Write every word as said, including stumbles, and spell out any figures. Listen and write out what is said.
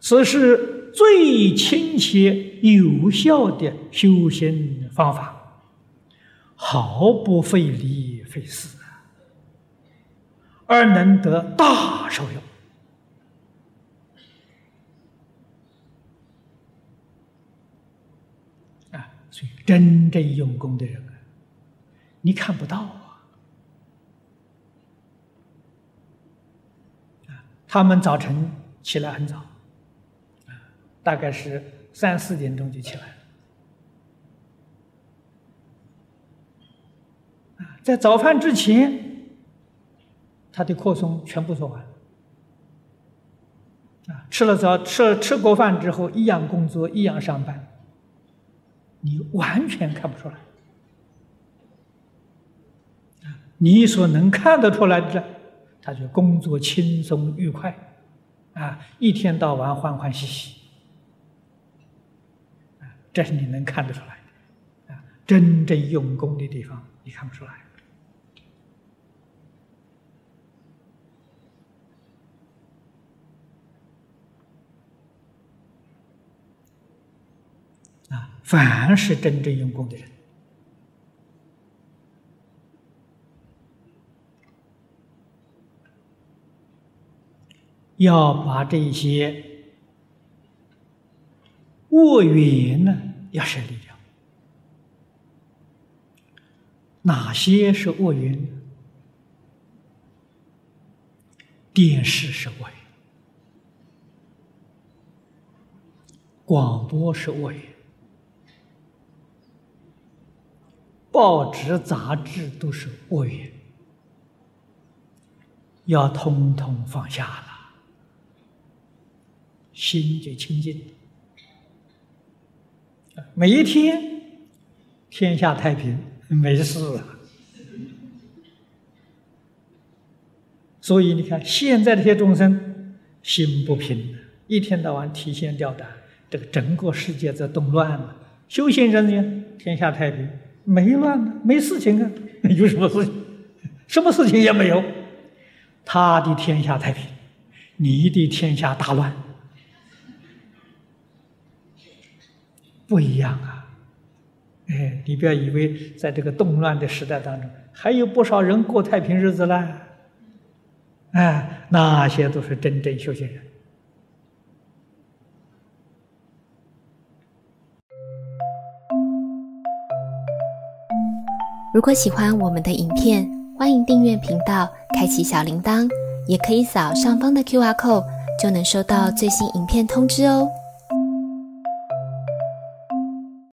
此是最亲切有效的修行方法，毫不费力费事，而能得大受用。啊，所以真正用功的人啊，你看不到啊。啊，他们早晨起来很早，啊，大概是三四点钟就起来了。啊，在早饭之前，他的课诵全部做完。啊，吃了早吃吃过饭之后，一样工作，一样上班。你完全看不出来，你所能看得出来的，他就工作轻松愉快，啊，一天到晚欢欢喜喜，啊，这是你能看得出来的，啊，真正用功的地方你看不出来。啊，凡是真正用功的人，要把这些恶缘呢，要舍离掉。哪些是恶缘呢？电视是恶缘，广播是恶缘，报纸、杂志都是恶缘，要通通放下了，心就清净。每一天，天下太平，没事啊。所以你看，现在这些众生心不平，一天到晚提心吊胆，这个整个世界在动乱了。修行人呢，天下太平。没乱呢，没事情啊，有什么事情？什么事情也没有。他的天下太平，你的天下大乱，不一样啊！哎，你不要以为在这个动乱的时代当中，还有不少人过太平日子啦。哎，那些都是真正修行人。 如果喜欢我们的影片，欢迎订阅频道，开启小铃铛，也可以扫上方的 Q R code， 就能收到最新影片通知哦。